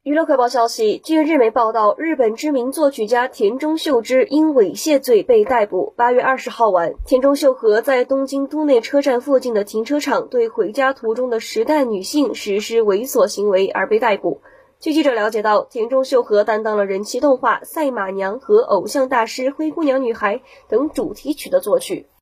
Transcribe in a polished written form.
娱乐快报消息，据日媒报道，日本知名作曲家田中秀之因猥亵罪被逮捕。8月20号晚，田中秀和在东京都内车站附近的停车场对回家途中的10代女性实施猥琐行为而被逮捕。据记者了解到，田中秀和担当了人气动画《赛马娘》和偶像大师灰姑娘女孩等主题曲的作曲。